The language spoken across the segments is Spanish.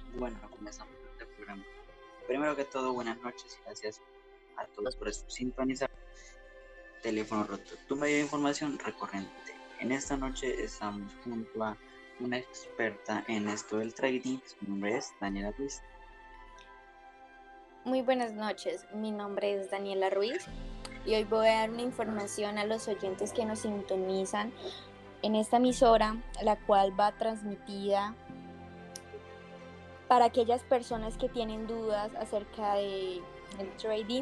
Bueno, comenzamos este programa. Primero que todo, buenas noches y gracias a todos por sintonizar Teléfono Roto, tu medio de información recurrente. En esta noche estamos junto a una experta en esto del trading. Su nombre es Daniela Ruiz. Muy buenas noches, mi nombre es Daniela Ruiz y hoy voy a dar una información a los oyentes que nos sintonizan en esta emisora, la cual va transmitida para aquellas personas que tienen dudas acerca del trading.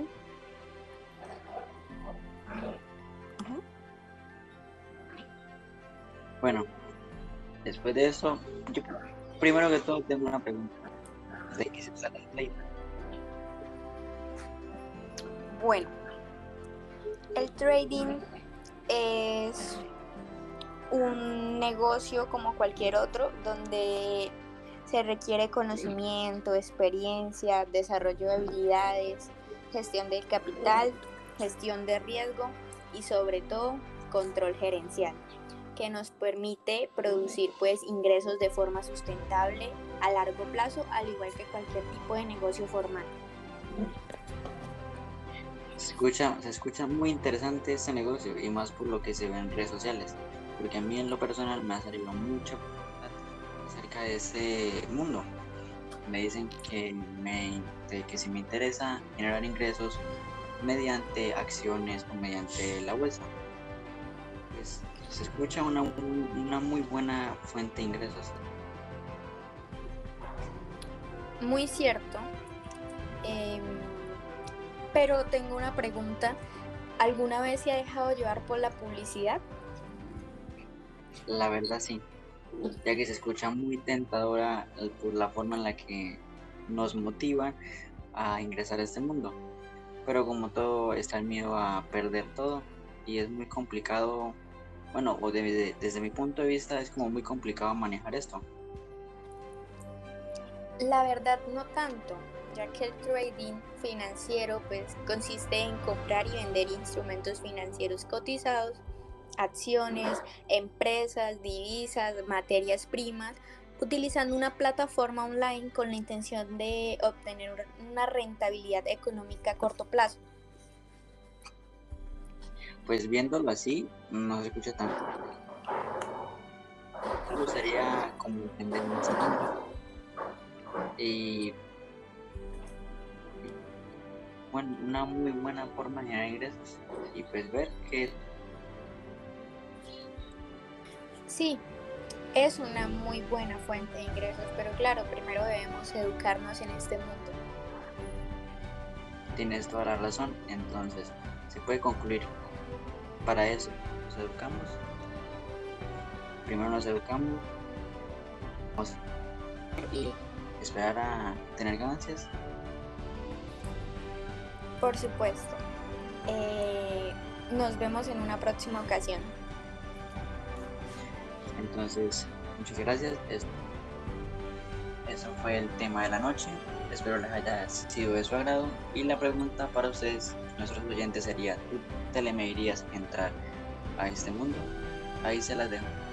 Bueno, después de eso, yo primero que todo tengo una pregunta. ¿De qué se trata el trading? Bueno, el trading es un negocio como cualquier otro donde se requiere conocimiento, experiencia, desarrollo de habilidades, gestión del capital, gestión de riesgo y sobre todo control gerencial, que nos permite producir pues ingresos de forma sustentable a largo plazo, al igual que cualquier tipo de negocio formal. Se escucha muy interesante este negocio y más por lo que se ve en redes sociales, porque a mí en lo personal me ha salido mucha publicidad acerca de ese mundo. Me dicen que si me interesa generar ingresos mediante acciones o mediante la bolsa, pues se escucha una muy buena fuente de ingresos. Muy cierto, pero tengo una pregunta. ¿Alguna vez se ha dejado llevar por la publicidad? La verdad sí, ya que se escucha muy tentadora por la forma en la que nos motivan a ingresar a este mundo. Pero como todo está el miedo a perder todo y es muy complicado, bueno, desde mi punto de vista es como muy complicado manejar esto. La verdad no tanto, ya que el trading financiero pues consiste en comprar y vender instrumentos financieros cotizados, acciones, empresas, divisas, materias primas, utilizando una plataforma online con la intención de obtener una rentabilidad económica a corto plazo. Pues viéndolo así, no se escucha tan me gustaría como entender en ese mundo y bueno, una muy buena forma de generar ingresos y pues ver que Sí, es una muy buena fuente de ingresos, pero claro, primero debemos educarnos en este mundo. tienes toda la razón. Entonces se puede concluir, para eso nos educamos, primero nos educamos y esperar a tener ganancias. Por supuesto. Nos vemos en una próxima ocasión. Entonces, muchas gracias. Eso fue el tema de la noche. Espero les haya sido de su agrado. Y la pregunta para ustedes, nuestros oyentes, sería: ¿tú te le medirías entrar a este mundo? Ahí se las dejo.